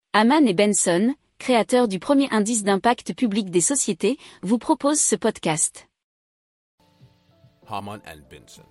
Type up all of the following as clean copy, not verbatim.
Hamann et Benson, créateurs du premier indice d'impact public des sociétés, vous proposent ce podcast. Hamann and Benson.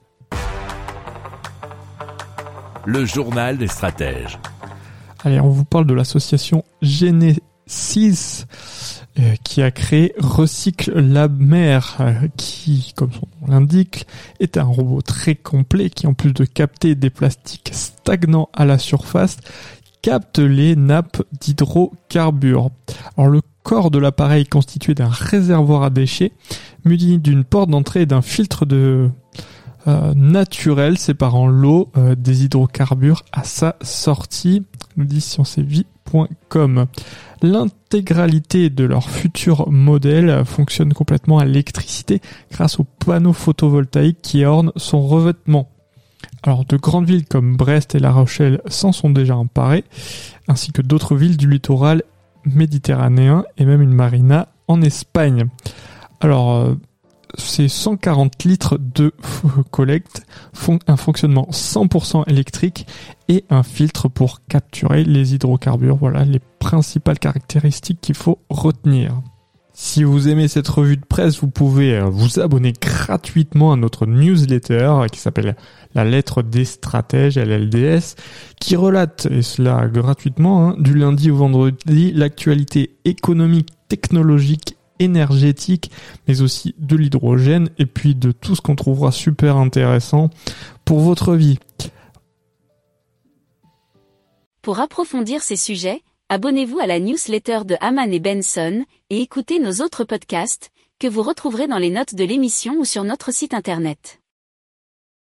Le journal des stratèges. Allez, on vous parle de l'association Genesis qui a créé Recycle la mer, qui, comme son nom l'indique, est un robot très complet qui, en plus de capter des plastiques stagnants à la surface, capte les nappes d'hydrocarbures. Alors le corps de l'appareil est constitué d'un réservoir à déchets muni d'une porte d'entrée et d'un filtre naturel séparant l'eau des hydrocarbures à sa sortie, nous dit sciencevie.com. L'intégralité de leur futur modèle fonctionne complètement à l'électricité grâce aux panneaux photovoltaïques qui ornent son revêtement. Alors de grandes villes comme Brest et La Rochelle s'en sont déjà emparées, ainsi que d'autres villes du littoral méditerranéen et même une marina en Espagne. Alors ces 140 litres de collecte font un fonctionnement 100% électrique et un filtre pour capturer les hydrocarbures. Voilà les principales caractéristiques qu'il faut retenir. Si vous aimez cette revue de presse, vous pouvez vous abonner gratuitement à notre newsletter qui s'appelle La Lettre des Stratèges, LLDS, qui relate, et cela gratuitement, du lundi au vendredi, l'actualité économique, technologique, énergétique, mais aussi de l'hydrogène et puis de tout ce qu'on trouvera super intéressant pour votre vie. Pour approfondir ces sujets, abonnez-vous à la newsletter de Hamann et Benson et écoutez nos autres podcasts que vous retrouverez dans les notes de l'émission ou sur notre site internet.